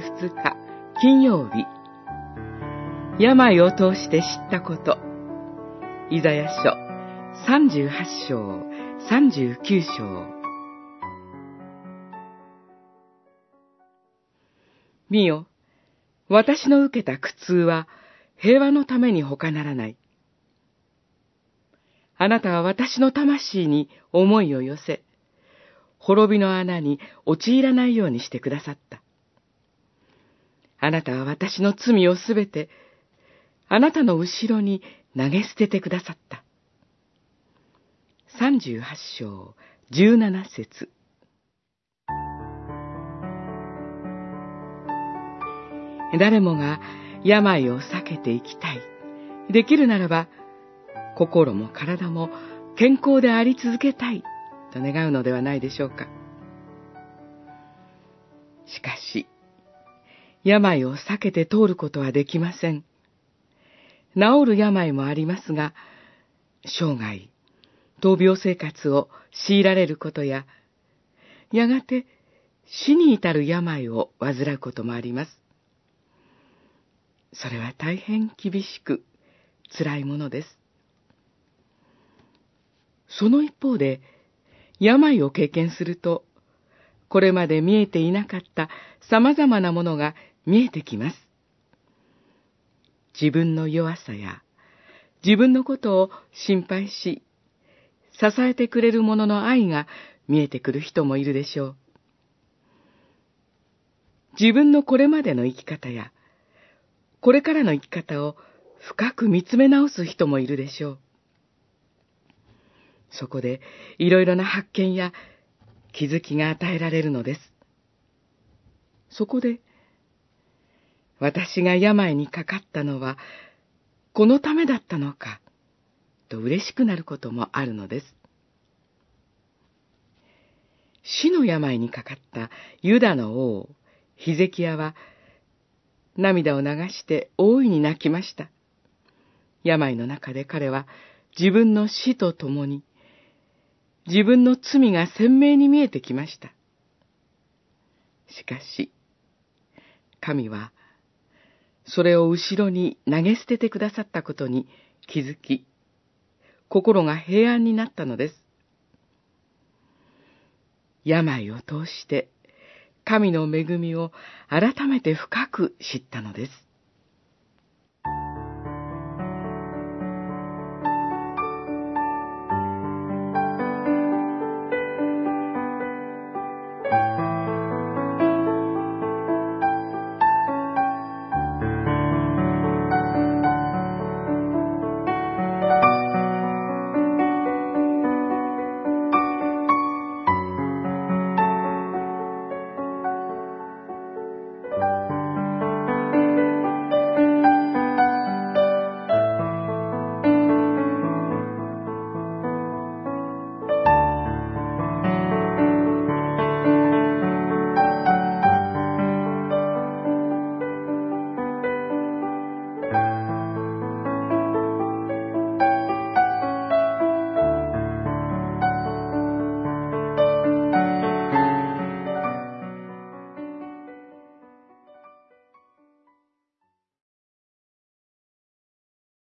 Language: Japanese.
日金曜日、病を通して知ったこと。イザヤ書38章39章。見よ、私の受けた苦痛は平和のために他ならない。あなたは私の魂に思いを寄せ、滅びの穴に陥らないようにしてくださった。あなたは私の罪をすべて、あなたの後ろに投げ捨ててくださった。38章17節。誰もが病を避けていきたい。できるならば、心も体も健康であり続けたいと願うのではないでしょうか。しかし、病を避けて通ることはできません。治る病もありますが、生涯、闘病生活を強いられることや、やがて死に至る病を患うこともあります。それは大変厳しく辛いものです。その一方で、病を経験すると、これまで見えていなかった様々なものが見えてきます。自分の弱さや、自分のことを心配し、支えてくれる者の愛が見えてくる人もいるでしょう。自分のこれまでの生き方や、これからの生き方を深く見つめ直す人もいるでしょう。そこでいろいろな発見や気づきが与えられるのです。そこで、私が病にかかったのはこのためだったのか、と嬉しくなることもあるのです。死の病にかかったユダの王、ヒゼキヤは、涙を流して大いに泣きました。病の中で彼は自分の死とともに、自分の罪が鮮明に見えてきました。しかし、神は、それを後ろに投げ捨ててくださったことに気づき、心が平安になったのです。病を通して、神の恵みを改めて深く知ったのです。